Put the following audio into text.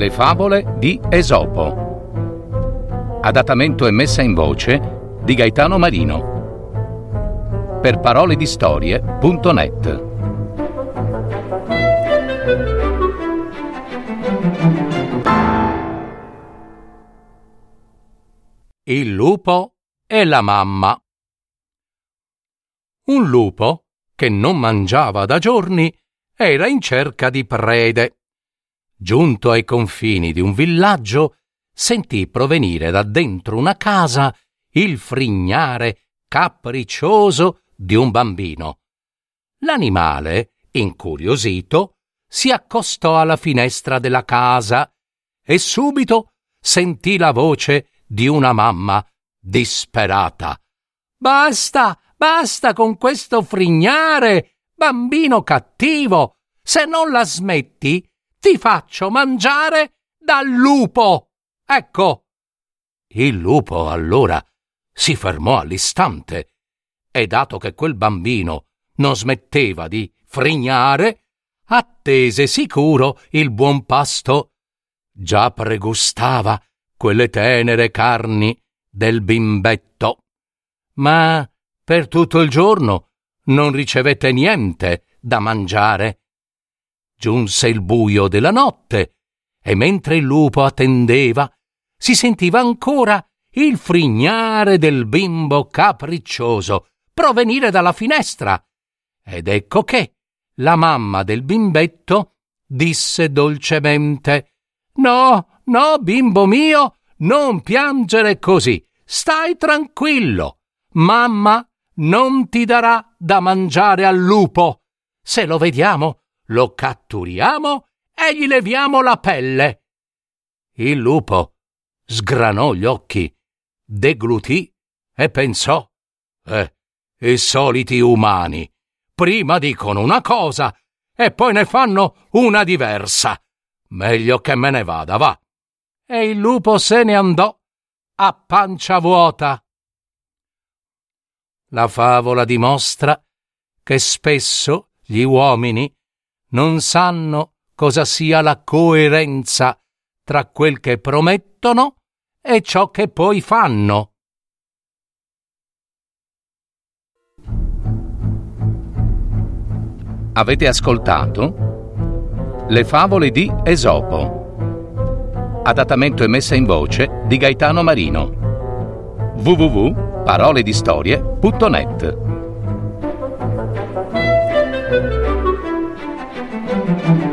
Le favole di Esopo. Adattamento e messa in voce di Gaetano Marino. Per paroledistorie.net. Il lupo e la mamma. Un lupo, che non mangiava da giorni, era in cerca di prede. Giunto ai confini di un villaggio, sentì provenire da dentro una casa il frignare capriccioso di un bambino. L'animale, incuriosito, si accostò alla finestra della casa e subito sentì la voce di una mamma disperata. «Basta, basta con questo frignare, bambino cattivo! Se non la smetti, ti faccio mangiare dal lupo! Ecco!» Il lupo allora si fermò all'istante e, dato che quel bambino non smetteva di frignare, attese sicuro il buon pasto. Già pregustava quelle tenere carni del bimbetto, ma per tutto il giorno non ricevette niente da mangiare. Giunse il buio della notte e mentre il lupo attendeva si sentiva ancora il frignare del bimbo capriccioso provenire dalla finestra, ed ecco che la mamma del bimbetto disse dolcemente: «No, no, bimbo mio, non piangere così, stai tranquillo, mamma non ti darà da mangiare al lupo. Se lo vediamo, lo catturiamo e gli leviamo la pelle». Il lupo sgranò gli occhi, deglutì e pensò: i soliti umani prima dicono una cosa e poi ne fanno una diversa. Meglio che me ne vada, va». E il lupo se ne andò a pancia vuota. La favola dimostra che spesso gli uomini non sanno cosa sia la coerenza tra quel che promettono e ciò che poi fanno. Avete ascoltato Le favole di Esopo. Adattamento e messa in voce di Gaetano Marino. www.paroledistorie.net.